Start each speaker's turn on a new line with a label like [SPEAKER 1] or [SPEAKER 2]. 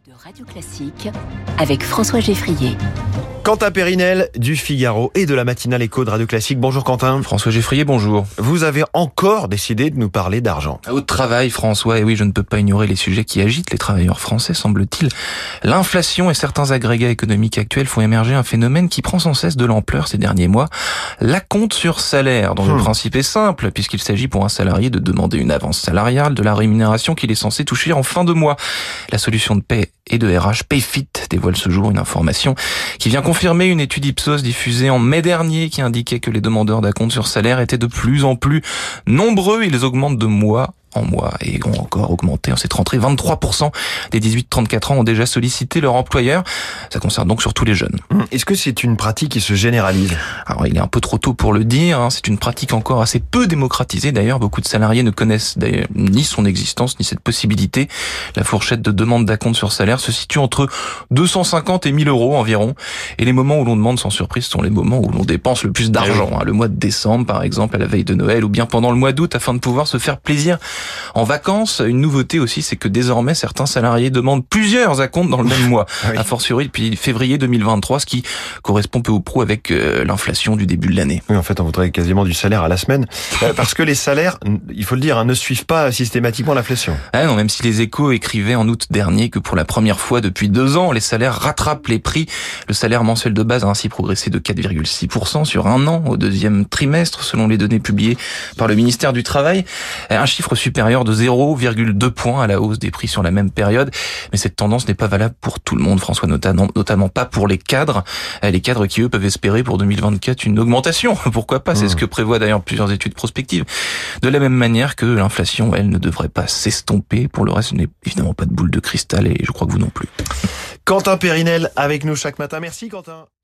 [SPEAKER 1] De Radio Classique avec François Geffrier.
[SPEAKER 2] Quentin Périnel du Figaro et de la matinale écho de Radio Classique. Bonjour Quentin.
[SPEAKER 3] François Geffrier, bonjour.
[SPEAKER 2] Vous avez encore décidé de nous parler d'argent.
[SPEAKER 3] Au travail, François, et oui, je ne peux pas ignorer les sujets qui agitent les travailleurs français, semble-t-il. L'inflation et certains agrégats économiques actuels font émerger un phénomène qui prend sans cesse de l'ampleur ces derniers mois. L'acompte sur salaire, dont le principe est simple, puisqu'il s'agit pour un salarié de demander une avance salariale de la rémunération qu'il est censé toucher en fin de mois. La solution de paie et de RH Payfit dévoile ce jour une information qui vient confirmer une étude Ipsos diffusée en mai dernier qui indiquait que les demandeurs d'acompte sur salaire étaient de plus en plus nombreux. Ils augmentent de mois en mois et ont encore augmenté en cette rentrée. 23% des 18-34 ans ont déjà sollicité leur employeur. Ça concerne donc surtout les jeunes.
[SPEAKER 2] Est-ce que c'est une pratique qui se généralise ?
[SPEAKER 3] Alors, il est un peu trop tôt pour le dire. C'est une pratique encore assez peu démocratisée. D'ailleurs, beaucoup de salariés ne connaissent ni son existence, ni cette possibilité. La fourchette de demande d'acompte sur salaire se situe entre 250 et 1000 euros environ. Et les moments où l'on demande sans surprise sont les moments où l'on dépense le plus d'argent. Le mois de décembre, par exemple, à la veille de Noël, ou bien pendant le mois d'août, afin de pouvoir se faire plaisir en vacances. Une nouveauté aussi, c'est que désormais, certains salariés demandent plusieurs acomptes dans le même mois. A fortiori depuis février 2023, ce qui correspond peu ou prou avec l'inflation du début de l'année.
[SPEAKER 2] Oui, en fait, on voudrait quasiment du salaire à la semaine. Parce que les salaires, il faut le dire, ne suivent pas systématiquement l'inflation.
[SPEAKER 3] Ah non, même si les Échos écrivaient en août dernier que pour la première fois depuis 2 ans, les salaires rattrapent les prix. Le salaire mensuel de base a ainsi progressé de 4,6% sur un an au deuxième trimestre, selon les données publiées par le ministère du Travail. Un chiffre supérieur de 0,2 points à la hausse des prix sur la même période. Mais cette tendance n'est pas valable pour tout le monde, François, notamment pas pour les cadres. Les cadres qui, eux, peuvent espérer pour 2024 une augmentation. Pourquoi pas ? C'est ce que prévoient d'ailleurs plusieurs études prospectives. De la même manière que l'inflation, elle, ne devrait pas s'estomper. Pour le reste, ce n'est évidemment pas de boule de cristal et je crois que vous non plus.
[SPEAKER 2] Quentin Périnel avec nous chaque matin. Merci Quentin.